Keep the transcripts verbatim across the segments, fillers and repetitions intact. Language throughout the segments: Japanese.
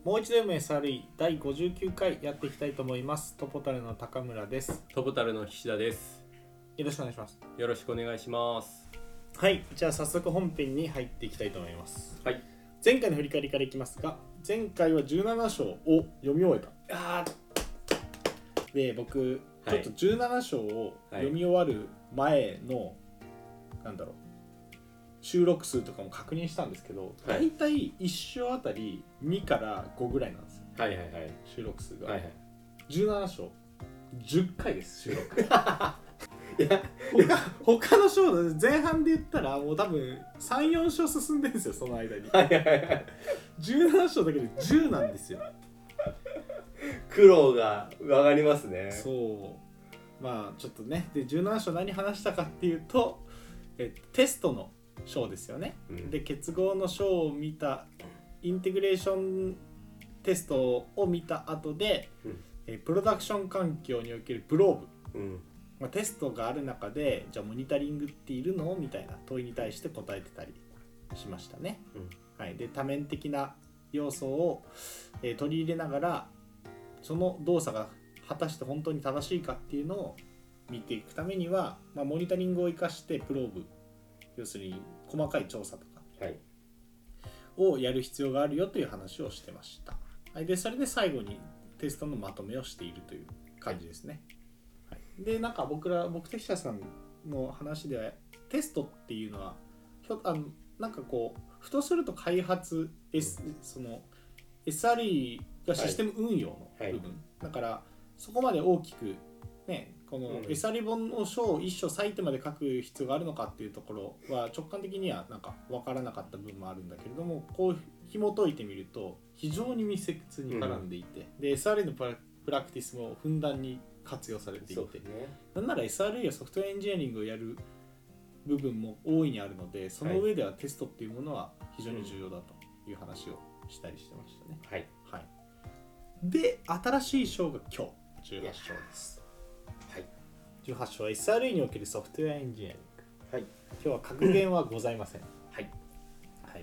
もう一度読む エスアールイー だいごじゅうきゅうかいやっていきたいと思います。トポタルの高村です。 トポタルの菱田です。 よろしくお願いします。 よろしくお願いします。 はい、じゃあ早速本編に入っていきたいと思います。 はい。 前回の振り返りからいきますが、前回はじゅうなな章を読み終えた。 あで、僕、 はいちょっとじゅうなな章を読み終わる前の、なんだろう、収録数とかも確認したんですけど、 はいだいたいいち章あたりにからごぐらいなんですよ、 はいはいはい収録数が。 はいはい。 じゅうなな章、じゅっかいです、収録。 いや他, 他の章前半で言ったらもう多分さん、よん章進んでるんですよ、その間に。 はいはいはいじゅうなな章だけでじゅうなんですよ。 苦労が上がりますね。 そうまあちょっとね、でじゅうなな章何話したかっていうと、えテストの章ですよね、うん、で結合の章を見た、インテグレーションテストを見た後で、うん、えプロダクション環境におけるプローブ、うんまあ、テストがある中で、じゃあモニタリングっているのみたいな問いに対して答えてたりしましたね、うんはい、で多面的な要素を、えー、取り入れながら、その動作が果たして本当に正しいかっていうのを見ていくためには、まあ、モニタリングを生かしてプローブ、要するに細かい調査とかをやる必要があるよという話をしてました、はい、でそれで最後にテストのまとめをしているという感じですね、はいはい、でなんか僕ら僕と菱田さんの話では、テストっていうのはひょあのなんかこうふとすると開発、S うん、その エスアールイー がシステム運用の部分、はいはい、だからそこまで大きくね、この エスアールイー 本の章を一章割いてまで書く必要があるのかっていうところは直感的にはなんか分からなかった部分もあるんだけれども、こう紐解いてみると非常に密接に絡んでいて、うん、で エスアールイー のプラクティスもふんだんに活用されていて、ね、なんなら エスアールイー はソフトウェアエンジニアリングをやる部分も大いにあるので、その上ではテストっていうものは非常に重要だという話をしたりしてましたね、 はいはい、で新しい章が今日じゅうはち章です。じゅうはち章は エスアールイー におけるソフトウェアエンジニアリング、はい、今日は格言はございません、はいはい、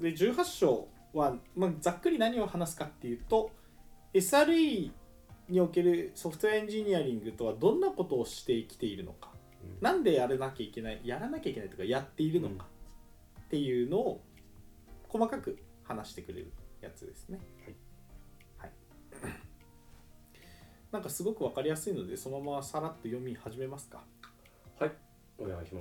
でじゅうはち章は、まあ、ざっくり何を話すかっていうと、 エスアールイー におけるソフトウェアエンジニアリングとはどんなことをしてきているのか、うん、なんでやらなきゃいけないやらなきゃいけないとかやっているのかっていうのを細かく話してくれるやつですね、はいなんかすごく分かりやすいので、そのままさらっと読み始めますか。 はい、お願いします。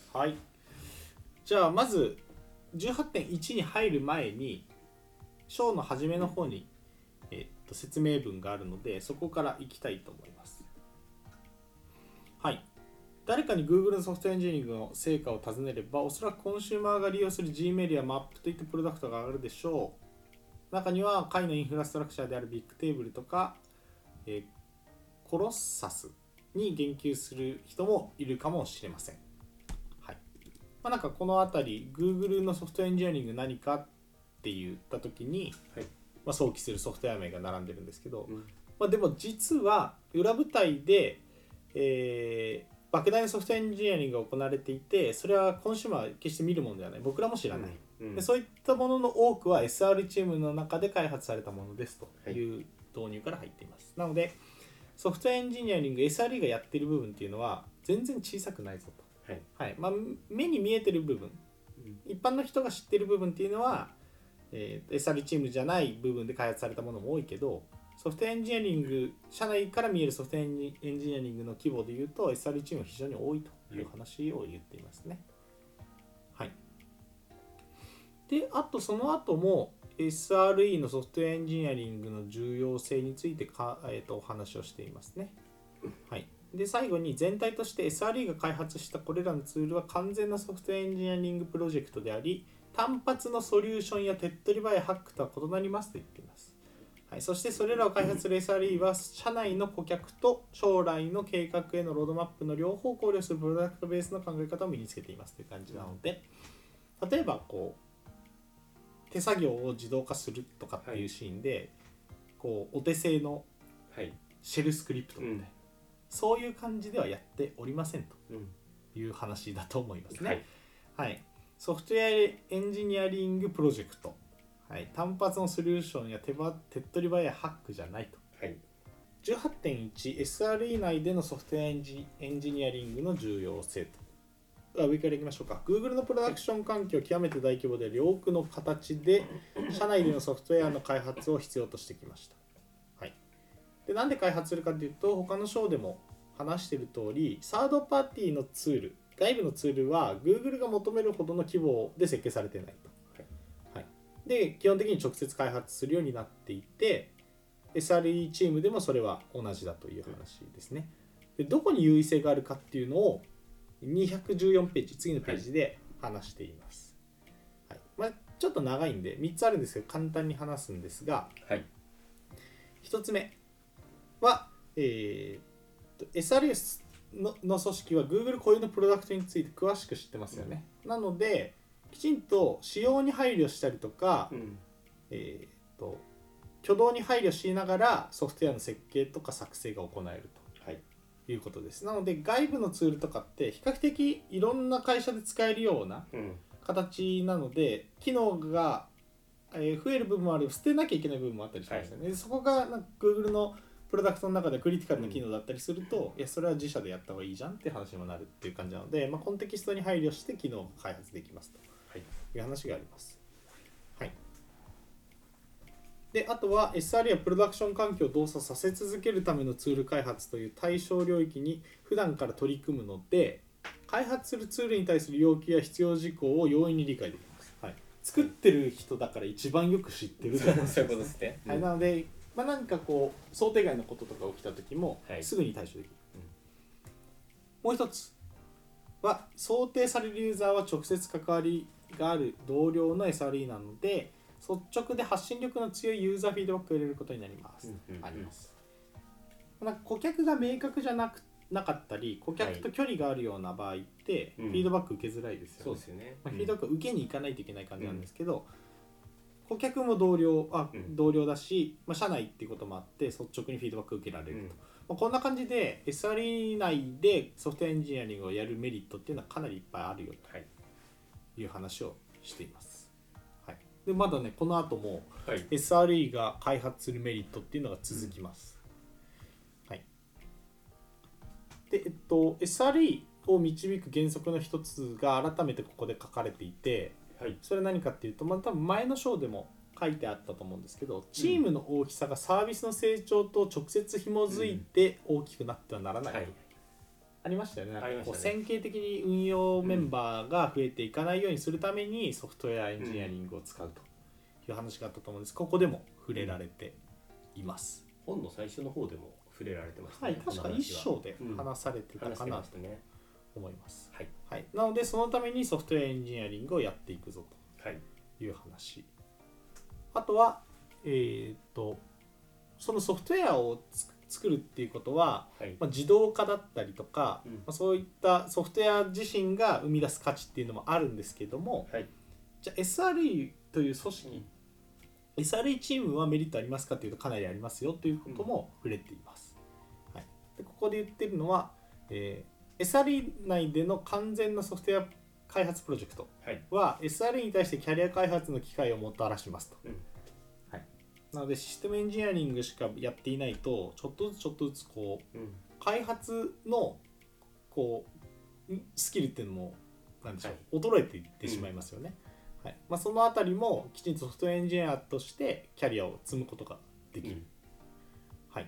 はい。じゃあまず じゅうはちてんいち に入る前に、章の初めの方に、えー、っと説明文があるので、そこからいきたいと思います。はい。誰かに Google のソフトウェアエンジニアリングの成果を尋ねれば、おそらくコンシューマーが利用する Gmail や マップ といったプロダクトが上がるでしょう。中には解のインフラストラクチャーであるビッグテーブルとか、えー、コロッサスに言及する人もいるかもしれません。はいまあ、なんかこのあたり Google のソフトウェアエンジニアリング何かって言ったときに、はいまあ、想起するソフトウェア名が並んでるんですけど、うんまあ、でも実は裏舞台で、えー、莫大なソフトウェアエンジニアリングが行われていて、それはコンシューマーは決して見るものではない、僕らも知らない、うんうん、でそういったものの多くは エスアール チームの中で開発されたものですという導入から入っています。なのでソフトウェアエンジニアリング エスアールイー がやっている部分っていうのは全然小さくないぞと、はいはいまあ、目に見えてる部分、うん、一般の人が知っている部分っていうのは、えー、エスアール チームじゃない部分で開発されたものも多いけど、ソフトウェアエンジニアリング社内から見えるソフトウェアエンジニアリングの規模でいうと エスアール チームは非常に多いという話を言っていますね、はい、であとその後もエスアールイー のソフトウェアエンジニアリングの重要性についてか、えー、とお話をしていますね。はい、で最後に全体として エスアールイー が開発したこれらのツールは完全なソフトウェアエンジニアリングプロジェクトであり、単発のソリューションや手っ取り早いハックとは異なりますと言っています。はい、そしてそれらを開発する エスアールイー は社内の顧客と将来の計画へのロードマップの両方を考慮するプロダクトベースの考え方を身につけていますという感じなので、例えばこう手作業を自動化するとかっていうシーンで、はい、こうお手製のシェルスクリプトみたいな、はい、そういう感じではやっておりませんという話だと思いますね、はいはい、ソフトウェアエンジニアリングプロジェクト、 はい、単発のソリューションや手ば手っ取り早いハックじゃないと。 はい、 じゅうはちてんいち エスアールイー 内でのソフトウェアエンジエンジニアリングの重要性と。あ、上からいきましょうか。 Google のプロダクション環境は極めて大規模であり、多くの形で社内でのソフトウェアの開発を必要としてきました。はい、でなんで開発するかというと、他の章でも話している通り、サードパーティーのツール、外部のツールは Google が求めるほどの規模で設計されていないと。はいはい、で基本的に直接開発するようになっていて、 エスアールイー チームでもそれは同じだという話ですね。でどこに優位性があるかっていうのをにひゃくじゅうよんページ、次のページで話しています。はいはい、まあ、ちょっと長いんでみっつあるんですけど簡単に話すんですが、 はい、 ひとつめは、えー、エスアールイー の, の組織は Google 固有のプロダクトについて詳しく知ってますよね。うん、なのできちんと仕様に配慮したりとか、うん、えー、と挙動に配慮しながらソフトウェアの設計とか作成が行えると、はい、いうことです。なので外部のツールとかって比較的いろんな会社で使えるような形なので、うん、機能が増える部分もある、捨てなきゃいけない部分もあったりしますよね。はい、そこがなんか Google のプロダクトの中でクリティカルな機能だったりすると、うん、いやそれは自社でやった方がいいじゃんって話にもなるっていう感じなので、まあ、コンテキストに配慮して機能が開発できますという話があります。はい、であとは エスアール やプロダクション環境を動作させ続けるためのツール開発という対象領域に普段から取り組むので、開発するツールに対する要求や必要事項を容易に理解できます。はい、作ってる人だから一番よく知ってると思うんですね。 そういうことですね。 はい、なので、まあ、何かこう想定外のこととか起きた時もすぐに対処できる。はい、うん、もう一つは想定されるユーザーは直接関わりがある同僚の エスアールイー なので、率直で発信力の強いユーザーフィードバックを入れることになります。うんうんうん、あります。なんか顧客が明確じゃなくなかったり、顧客と距離があるような場合って、はい、フィードバック受けづらいですよね。そうですよね。まあ、フィードバックを受けに行かないといけない感じなんですけど、うん、顧客も同僚あ同僚だし、まあ、社内っていうこともあって率直にフィードバックを受けられると、うん、まあ、こんな感じで エスアールイー 内でソフトウェアエンジニアリングをやるメリットっていうのはかなりいっぱいあるよという話をしています。はい、でまだねこの後も エスアールイー が開発するメリットっていうのが続きます。うん、はい、でえっと エスアールイー を導く原則の一つが改めてここで書かれていて、はい、それは何かっていうと、まあ、多分前の章でも書いてあったと思うんですけど、チームの大きさがサービスの成長と直接紐づいて大きくなってはならない、うん、はい、ありましたよね。なんかこう線形的に運用メンバーが増えていかないようにするためにソフトウェアエンジニアリングを使うという話があったと思うんです。ここでも触れられています。 本の最初の方でも触れられてましたね。はい、確かいっ章で話されてたかなと思います。はいはい、なのでそのためにソフトウェアエンジニアリングをやっていくぞという話。あとは、えー、とそのソフトウェアを作るっていうことは、はい、まあ、自動化だったりとか、うん、まあ、そういったソフトウェア自身が生み出す価値っていうのもあるんですけども、はい、じゃあ エスアールイー という組織、うん、エスアールイー チームはメリットありますかというとかなりありますよということも触れています。はい、でここで言ってるのは、えー、エスアールイー 内での完全なソフトウェア開発プロジェクトは、はい、エスアールイー に対してキャリア開発の機会をもたらしますと。うん、はい、なのでシステムエンジニアリングしかやっていないとちょっとずつちょっとずつこう、うん、開発のこうスキルっていうのもなんでしょう、はい、衰えていってしまいますよね。うん、はい、まあ、そのあたりもきちんとソフトウェアエンジニアとしてキャリアを積むことができる。うん、はい、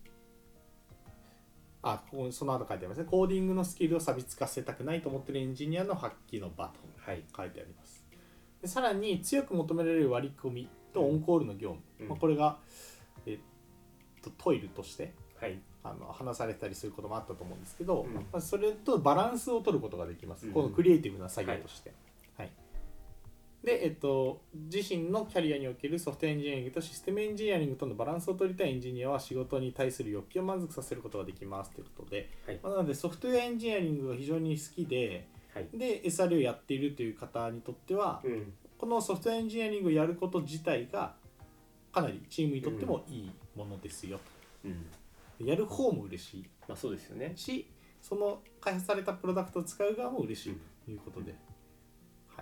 あ、ここその後書いてありますね。コーディングのスキルを錆びつかせたくないと思っているエンジニアの発揮の場と書いてあります。でさらに強く求められる割り込みとオンコールの業務、うん、まあ、これが、えっと、トイルとして、はい、あの話されたりすることもあったと思うんですけど、うん、まあ、それとバランスを取ることができます。うん、このクリエイティブな作業として。はいはい、で、えっと、自身のキャリアにおけるソフトエンジニアリングとシステムエンジニアリングとのバランスを取りたいエンジニアは仕事に対する欲求を満足させることができますということで、はい、まあ、なのでソフトウェアエンジニアリングが非常に好きで、はい、で エスアールイー をやっているという方にとっては、うん、このソフトウェアエンジニアリングをやること自体がかなりチームにとってもいいものですよと、うん、やる方も嬉しい、 まあ、そうですよね、 し、その開発されたプロダクトを使う側も嬉しいということで、うん、はい、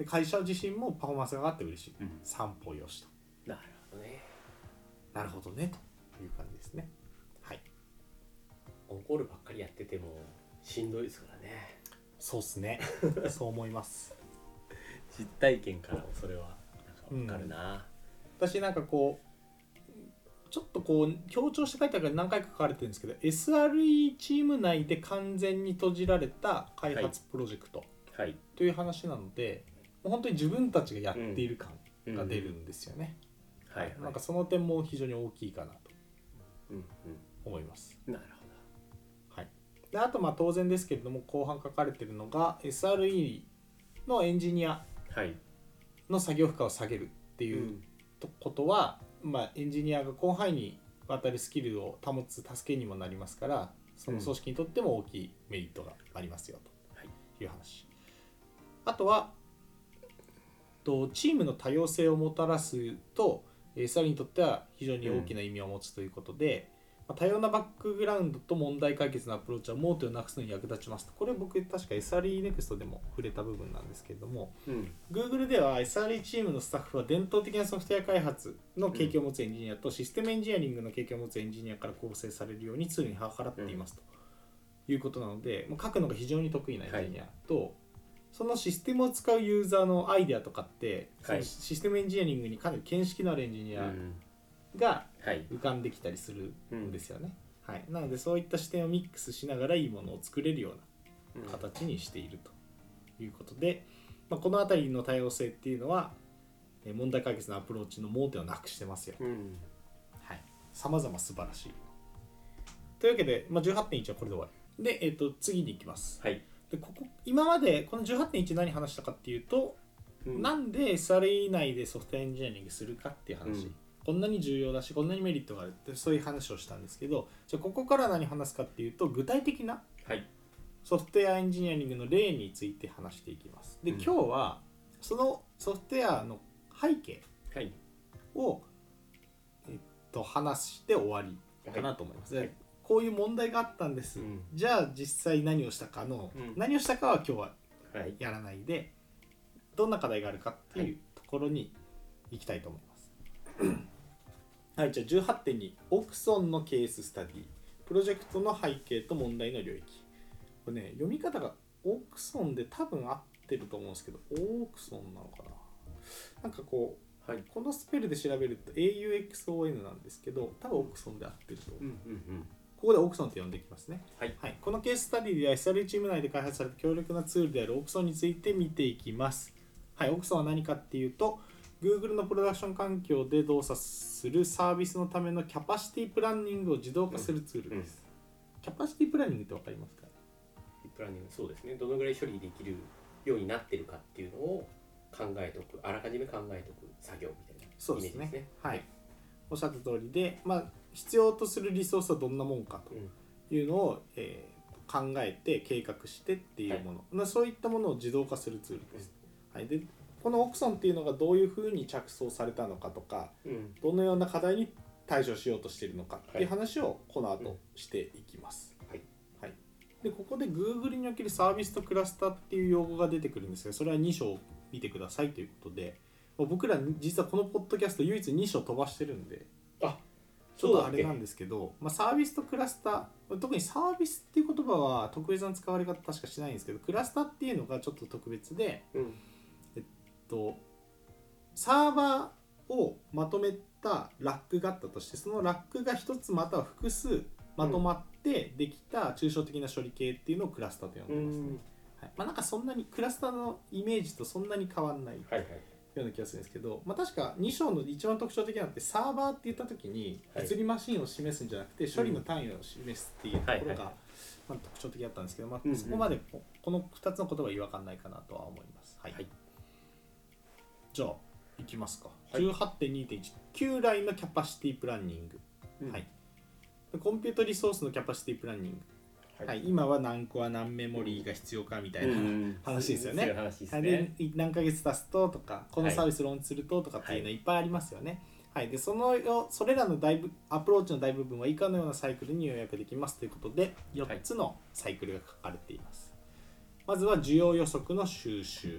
で会社自身もパフォーマンスが上がって嬉しい、 うん、 散歩よしと。 なるほどね。 なるほどねという感じですね。はい。 オンコールばっかりやっててもしんどいですからね。 そうっすねそう思います実体験からもそれはなんか分かるな、 うん、私なんかこうちょっとこう強調して書いてあるから何回か書かれてるんですけど エスアールイー チーム内で完全に閉じられた開発プロジェクトという話なので、もう本当に自分たちがやっている感が出るんですよね、 うんうんはいはい、 なんかその点も非常に大きいかなと思います、 うんうん、なるほど、はい、であとまあ当然ですけれども後半書かれているのが エスアールイー のエンジニアの作業負荷を下げるっていうことは、まあ、エンジニアが広範囲にわたるスキルを保つ助けにもなりますから、その組織にとっても大きいメリットがありますよという話、あとはとチームの多様性をもたらすと エスアール にとっては非常に大きな意味を持つということで、うん、多様なバックグラウンドと問題解決のアプローチは盲点をなくすのに役立ちますと。これ僕確か エスアールイー ネクストでも触れた部分なんですけれども、うん、Google では エスアールイー チームのスタッフは伝統的なソフトウェア開発の経験を持つエンジニアとシステムエンジニアリングの経験を持つエンジニアから構成されるように常に計らっていますということなので、うん、書くのが非常に得意なエンジニアと、はい、そのシステムを使うユーザーのアイデアとかって、はい、そのシステムエンジニアリングにかなり見識のあるエンジニアが浮かんできたりするんですよね、うんはい、なのでそういった視点をミックスしながらいいものを作れるような形にしているということで、まあ、このあたりの多様性っていうのは問題解決のアプローチの盲点をなくしてますよ、うんはい、様々素晴らしいというわけで、まあ、じゅうはちてんいち はこれで終わりで、えー、と次に行きます、はいでここ今までこの じゅうはちてんいち 何話したかっていうと、うん、なんで エスアールイー 内でソフトウェアエンジニアリングするかっていう話、うん、こんなに重要だしこんなにメリットがあるってそういう話をしたんですけど、じゃあここから何話すかっていうと具体的なソフトウェアエンジニアリングの例について話していきます。で、うん、今日はそのソフトウェアの背景を、はいえっと、話して終わりかなと思います、はいはいこういう問題があったんです、うん、じゃあ実際何をしたかの、うん、何をしたかは今日はやらないで、はい、どんな課題があるかっていうところに行きたいと思います、はい、はい、じゃあ じゅうはちてんに オクソンのケーススタディプロジェクトの背景と問題の領域。これね読み方がオクソンで多分合ってると思うんですけどオークソンなのかな、なんかこう、はい、このスペルで調べると エーユーエックスオーエヌ なんですけど多分オクソンで合ってると思う、うんうんうんここでオクソンって呼んでいきますね、はいはい、このケーススタディでは エスアールイー チーム内で開発された強力なツールであるオクソンについて見ていきます、はい、オクソンは何かっていうと Google のプロダクション環境で動作するサービスのためのキャパシティプランニングを自動化するツールです、うんうん、キャパシティプランニングって分かりますか？ プランニングそうですね、どのぐらい処理できるようになってるかっていうのを考えておく、あらかじめ考えておく作業みたいなイメージですね。 そうですね、はい、おっしゃった通りで、まあ、必要とするリソースはどんなもんかと、うんいうのを、えー、考えて計画してっていうもの、はい、そういったものを自動化するツールです、うんはい、でこのオクソンっていうのがどういうふうに着想されたのかとか、うん、どのような課題に対処しようとしているのかっていう話をこの後していきます、はいはい、でここで Google におけるサービスとクラスターっていう用語が出てくるんですが、それはに章見てくださいということで、僕ら実はこのポッドキャスト唯一に章飛ばしてるんで、あちょっとあれなんですけど、まあ、サービスとクラスター、特にサービスっていう言葉は特別な使われ方確かしないんですけど、クラスターっていうのがちょっと特別で、うん、えっとサーバーをまとめたラックがあったとして、そのラックが一つまたは複数まとまってできた抽象的な処理系っていうのをクラスターと呼んでますね、うんはいまあ、なんかそんなにクラスターのイメージとそんなに変わんない、はいはいような気がするんですけど、まあ、確かに章の一番特徴的なのってサーバーって言った時に物理マシンを示すんじゃなくて処理の単位を示すっていうところがまあ特徴的だったんですけど、まあ、そこまでこのふたつの言葉は違和感ないかなとは思います、はいはい、じゃあいきますか、はい、じゅうはちてんにてんいち 旧来のキャパシティプランニング、うんはい、コンピュートリソースのキャパシティプランニングはい、今は何個は何メモリーが必要かみたいな話ですよね。で何ヶ月経つととかこのサービスローンチするととかっていうのいっぱいありますよね。はい、でそのそれらの大部アプローチの大部分は以下のようなサイクルに要約できますということでよっつのサイクルが書かれています。まずは需要予測の収集、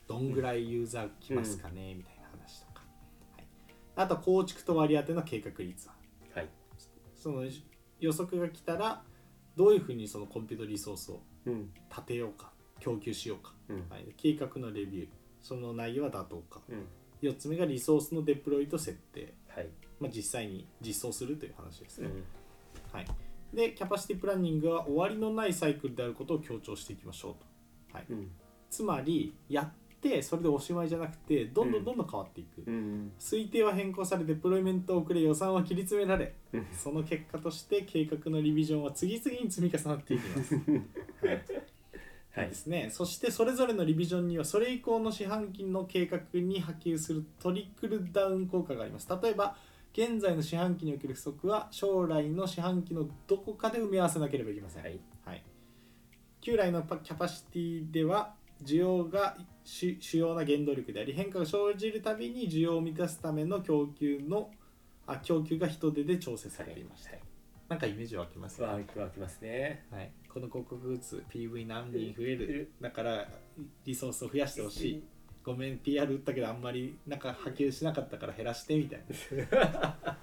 どんぐらいユーザー来ますかね、うん、みたいな話とか、はい、あと構築と割り当ての計画率は、 はい、 その予測が来たらどういうふうにそのコンピュータリソースを立てようか、うん、供給しようか、うんはい、計画のレビュー、その内容は妥当か、うん、よっつめがリソースのデプロイと設定、はいまあ、実際に実装するという話ですね、うんはい、でキャパシティプランニングは終わりのないサイクルであることを強調していきましょうと、はいうん、つまりやってそれでおしまいじゃなくてどんどんどんどん変わっていく、うん、推定は変更されデプロイメントは遅れ予算は切り詰められ、うん、その結果として計画のリビジョンは次々に積み重なっていきますはいはいですね、そしてそれぞれのリビジョンにはそれ以降の四半期の計画に波及するトリクルダウン効果があります。例えば現在の四半期における不足は将来の四半期のどこかで埋め合わせなければいけません、はいはい、旧来のキャパシティでは需要が主要な原動力であり変化が生じるたびに需要を満たすための供給のあ供給が人手で調整されていました、はいはい、なんかイメージ湧きますね。 湧きますね、 はい、この広告打つ ピーブイ 何人増えるだからリソースを増やしてほしい、ごめん ピーアール 打ったけどあんまりなんか波及しなかったから減らしてみたいな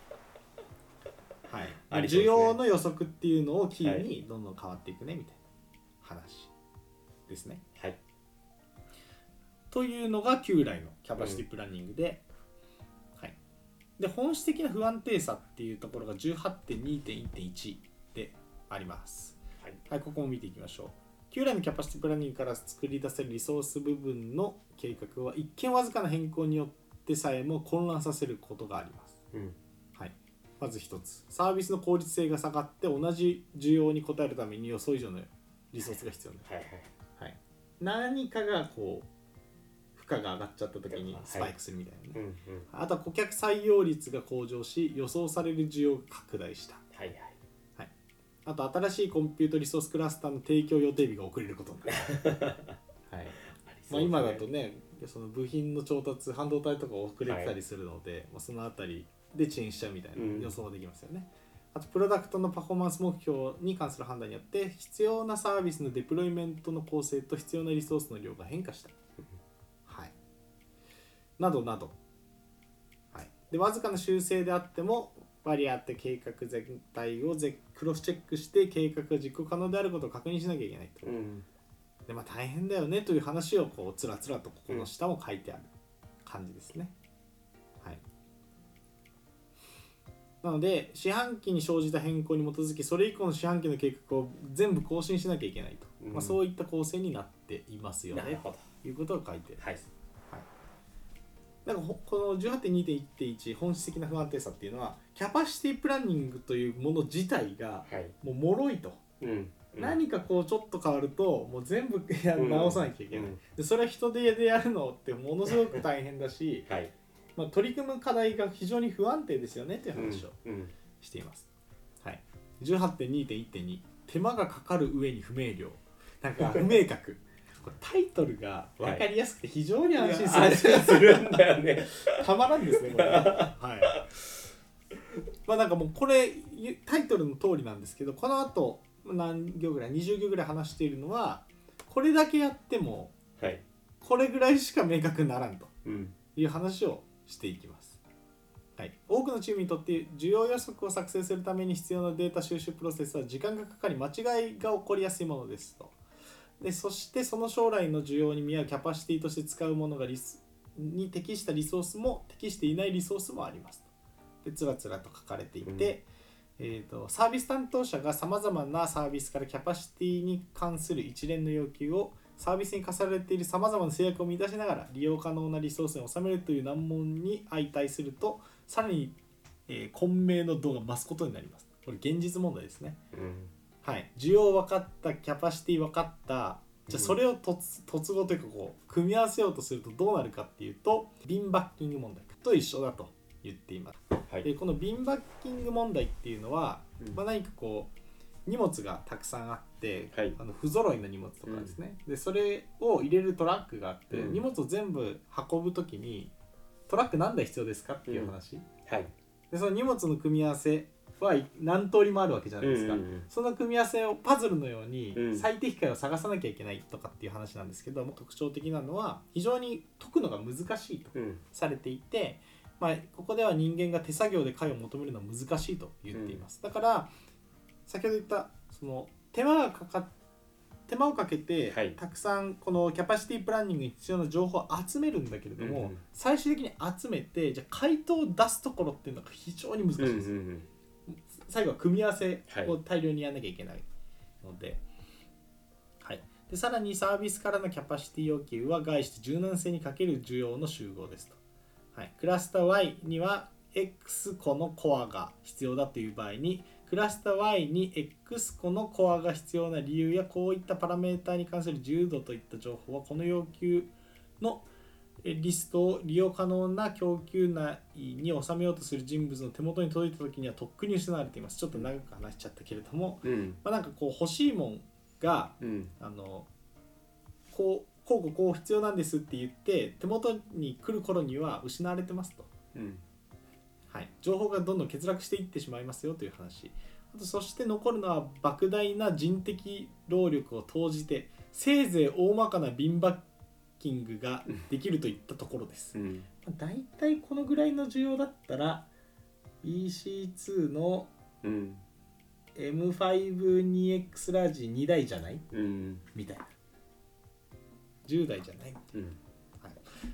はい、需要の予測っていうのをキーにどんどん変わっていくねみたいな話ですね、はい、というのが旧来のキャパシティプランニングで、うんはい、で本質的な不安定さっていうところが じゅうはちてんにてんいってんいち であります、はいはい、ここも見ていきましょう。旧来のキャパシティプランニングから作り出せるリソース部分の計画は一見わずかな変更によってさえも混乱させることがあります、うんはい、まず一つサービスの効率性が下がって同じ需要に応えるために予想以上のリソースが必要になる、はいはいはい、何かがこう負荷が上がっちゃった時にスパイクするみたいなね、はいうんうん、あとは顧客採用率が向上し予想される需要が拡大した、はいはいはい、あと新しいコンピュータリソースクラスターの提供予定日が遅れることになる、はいまあ、今だとねその部品の調達半導体とか遅れてたりするので、はいまあ、そのあたりで遅延しちゃうみたいな予想ができますよね、うん、あとプロダクトのパフォーマンス目標に関する判断によって必要なサービスのデプロイメントの構成と必要なリソースの量が変化した、うんはい、などなど、はい、でわずかな修正であっても割り当て計画全体をクロスチェックして計画が実行可能であることを確認しなきゃいけないと、うんでまあ、大変だよねという話をこうつらつらとここの下も書いてある感じですね、はい、なので四半期に生じた変更に基づきそれ以降の四半期の計画を全部更新しなきゃいけないと、うんまあ、そういった構成になっていますよねということが書いてある、はいはい、なんかこの じゅうはちてんにてんいってんいち 本質的な不安定さっていうのはキャパシティプランニングというもの自体がもう脆いと、はいうんうん、何かこうちょっと変わるともう全部直さなきゃいけない、うんうん、でそれは人手でやるのってものすごく大変だし、はいまあ、取り組む課題が非常に不安定ですよねという話をしています、うんうんはい、じゅうはちてんにてんいってんに 手間がかかる上に不明瞭なんか不明確これタイトルが分かりやすくて非常に安心する、はい、安心するんだよねたまらんですねこれね、はいまあ、なんかもうこれタイトルの通りなんですけどこの後何行ぐらいにじゅう行ぐらい話しているのはこれだけやってもこれぐらいしか明確にならんという話をしていきます、はい、多くのチームにとって需要予測を作成するために必要なデータ収集プロセスは時間がかかり間違いが起こりやすいものですとでそしてその将来の需要に見合うキャパシティとして使うものがリスに適したリソースも適していないリソースもありますとでつらつらと書かれていて、うんえー、とサービス担当者がさまざまなサービスからキャパシティに関する一連の要求をサービスに課されているさまざまな制約を満たしながら利用可能なリソースに収めるという難問に相対するとさらに、えー、混迷の度が増すことになります。これ現実問題ですね、うんはい、需要分かったキャパシティ分かったじゃあそれを突突合というかこう組み合わせようとするとどうなるかっていうとビンバッキング問題と一緒だと言っています、はい、でこのビンバッキング問題っていうのは、うんまあ、何かこう荷物がたくさんあって、はい、あの不揃いの荷物とかですね、うん、でそれを入れるトラックがあって、うん、荷物を全部運ぶときにトラック何台必要ですかっていう話、うんはい、でその荷物の組み合わせは何通りもあるわけじゃないですか、 うんうんうん、 その組み合わせをパズルのようにうん最適解を探さなきゃいけないとかっていう話なんですけども、特徴的なのは非常に解くのが難しいとうんされていて、まあ、ここでは人間が手作業で解を求めるのは難しいと言っています、うん、だから先ほど言ったその手間がかか手間をかけて、 はい、 たくさんこのキャパシティプランニングに必要な情報を集めるんだけれども、うんうん、最終的に集めてじゃあ回答を出すところっていうのが非常に難しいです、うんうんうん、最後は組み合わせを大量にやらなきゃいけないので、はい、でさらにサービスからのキャパシティ要求は概して柔軟性に欠ける需要の集合ですと、はい、クラスター Y には X 個のコアが必要だという場合にクラスター Y に X 個のコアが必要な理由やこういったパラメータに関する自由度といった情報はこの要求のリストを利用可能な供給内に収めようとする人物の手元に届いた時にはとっくに失われています。ちょっと長く話しちゃったけれども、うんまあ、なんかこう欲しいもんが、うん、あのこうこうこうこう必要なんですって言って手元に来る頃には失われてますと、うんはい、情報がどんどん欠落していってしまいますよという話。あとそして残るのは莫大な人的労力を投じてせいぜい大まかなビンバッキングができるといったところです、うんまあ、だいたいこのぐらいの需要だったら イーシーツー の エムファイブツーエックス ラージにだいじゃない、うん、みたいなじゅうだいじゃない、うんはい、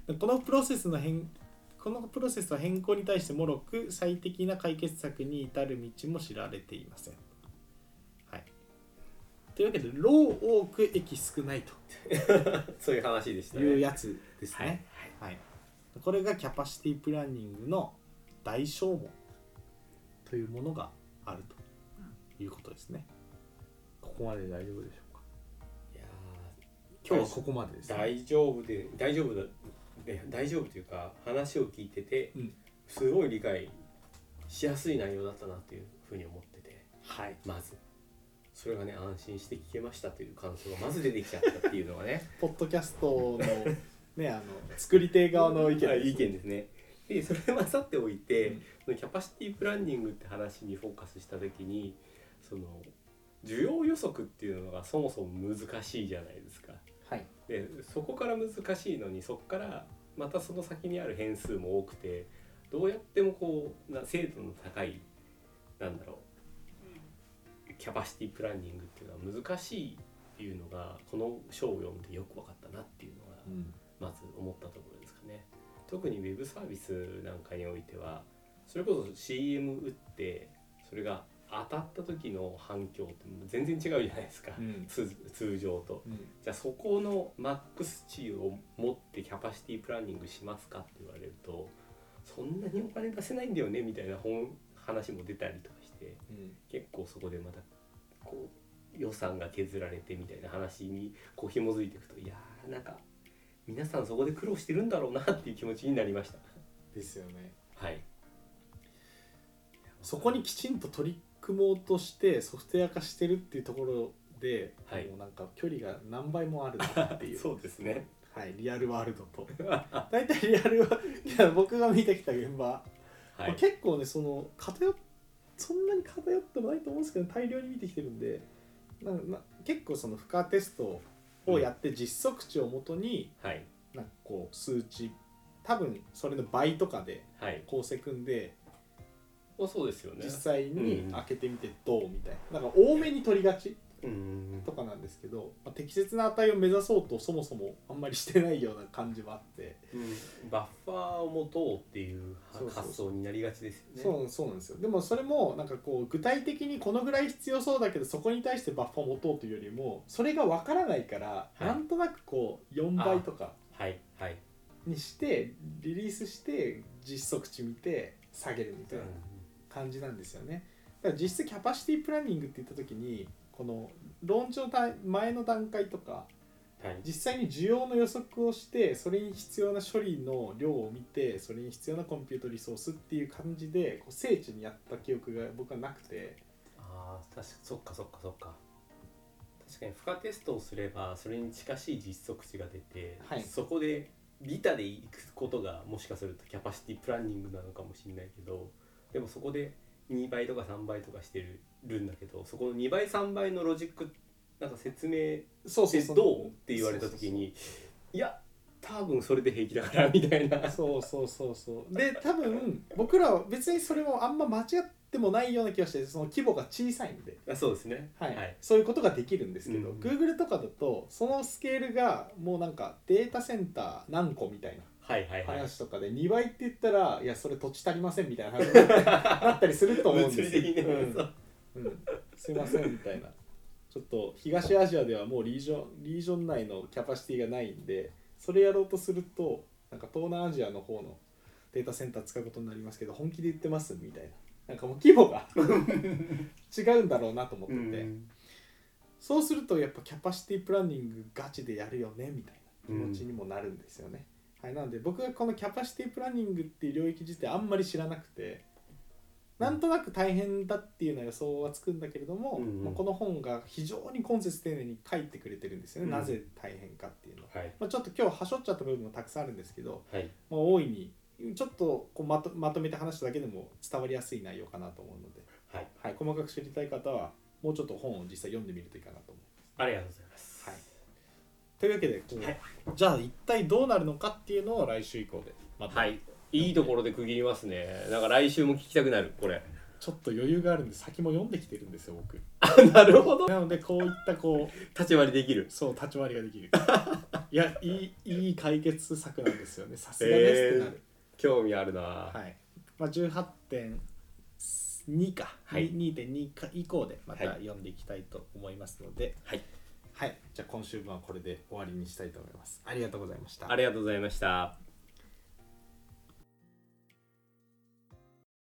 このプロセスの変このプロセスは変更に対してもろく最適な解決策に至る道も知られていません、はい、というわけで労多く益少ないとそういう話でしたねいうやつですね、はいはい、これがキャパシティプランニングの大消耗というものがあるということですね。ここまで大丈夫でしょうか。いや今日はここまでですね。 大丈夫で大丈夫だ大丈夫というか話を聞いてて、うん、すごい理解しやすい内容だったなというふうに思ってて、はい、まずそれがね安心して聞けましたという感想がまず出てきちゃったっていうのがねポッドキャストのねあの作り手側の意見ですね。 意見ですね。でそれはさておいて、うん、キャパシティプランニングって話にフォーカスした時にその需要予測っていうのがそもそも難しいじゃないですか。はい、でそこから難しいのにそこからまたその先にある変数も多くてどうやってもこうな精度の高いなんだろうキャパシティプランニングっていうのは難しいっていうのがこの章を読んでよく分かったなっていうのがまず思ったところですかね。特にウェブサービスなんかにおいてはそれこそ シーエム 打ってそれが当たった時の反響って全然違うじゃないですか、うん、通常と、うん、じゃあそこのマックス値を持ってキャパシティプランニングしますかって言われるとそんなにお金出せないんだよねみたいな本話も出たりとかして、うん、結構そこでまたこう予算が削られてみたいな話にこう紐づいていくといやーなんか皆さんそこで苦労してるんだろうなっていう気持ちになりました。 ですよね。 はい。 そこにきちんと取り組もうとしてソフトウェア化してるっていうところで、はい、もうなんか距離が何倍もあるなっていうそうですね。 はい、リアルワールドとだいたいリアルワいや僕が見てきた現場、はい、結構ねその偏っそんなに偏ってもないと思うんですけど大量に見てきてるんでなな結構その負荷テストをやって実測値をもとに、うんはい、なんかこう数値多分それの倍とかで構成組んで、 はい、そうですよね、 実際に開けてみてどうみたいな、なんか多めに取りがちとかなんですけど、まあ、適切な値を目指そうとそもそもあんまりしてないような感じはあって、 うん、バッファーを持とうっていう発想になりがちですよね。 そうそうなんですよ。でもそれもなんかこう具体的にこのぐらい必要そうだけどそこに対してバッファーを持とうというよりもそれが分からないから、はい、なんとなくこうよんばいとかにしてリリースして実測値見て下げるみたいな感じなんですよね。だから実質キャパシティプランニングって言った時にこのローンチの前の段階とか、はい、実際に需要の予測をしてそれに必要な処理の量を見てそれに必要なコンピュートリソースっていう感じでこう精緻にやった記憶が僕はなくて、 ああ確かそっかそっかそっか確かに負荷テストをすればそれに近しい実測値が出て、はい、そこでビタでいくことがもしかするとキャパシティプランニングなのかもしれないけどでもそこでにばいとかさんばいとかしてるんだけど、そこのにばいさんばいのロジックなんか説明そうそうそうでどうって言われた時に、いや多分それで平気だからみたいな。 そうそうそうそうで多分僕らは別にそれもあんま間違ってもないような気がして、その規模が小さいんで、 あそうですね、 はいはい、 そういうことができるんですけど、 うん Google とかだとそのスケールがもうなんかデータセンター何個みたいなはいはいはい話とかでにばいって言ったら、いやそれ土地足りませんみたいな話になってなったりすると思うんですよ。 物理的にねうんそううん、すいませんみたいな。ちょっと東アジアではもうリージョンリージョン内のキャパシティがないんで、それやろうとするとなんか東南アジアの方のデータセンター使うことになりますけど本気で言ってますみたいな、なんかもう規模が違うんだろうなと思ってて、 うんそうするとやっぱキャパシティプランニングガチでやるよねみたいな気持ちにもなるんですよね、はい、なので僕がこのキャパシティプランニングっていう領域自体あんまり知らなくて、なんとなく大変だっていうのは予想はつくんだけれども、 うんうんまあ、この本が非常に今節丁寧に書いてくれてるんですよね、 うんなぜ大変かっていうの、 はいまあ、ちょっと今日はしょっちゃった部分もたくさんあるんですけど、 はいまあ、大いにちょっとこうまと、まとめて話しただけでも伝わりやすい内容かなと思うので、 はいはい、細かく知りたい方はもうちょっと本を実際読んでみるといいかなと思います。 ありがとうございます、 はい、というわけでこう、 はいじゃあ一体どうなるのかっていうのを来週以降でまた、 はいいいところで区切りますね。なんか来週も聞きたくなるこれ。 ちょっと余裕があるんで先も読んできてるんですよ僕。 あなるほど。 なのでこういったこう立ち割りできる。 そう立ち回りができるいやいいいい解決策なんですよね、さすがですってなる、 興味あるな。 はいまあ、じゅうはちてんに か、 はい、 にてんに か以降でまたはい読んでいきたいと思いますので、 はい、 はい、じゃあ今週分はこれで終わりにしたいと思います。ありがとうございました。 ありがとうございました。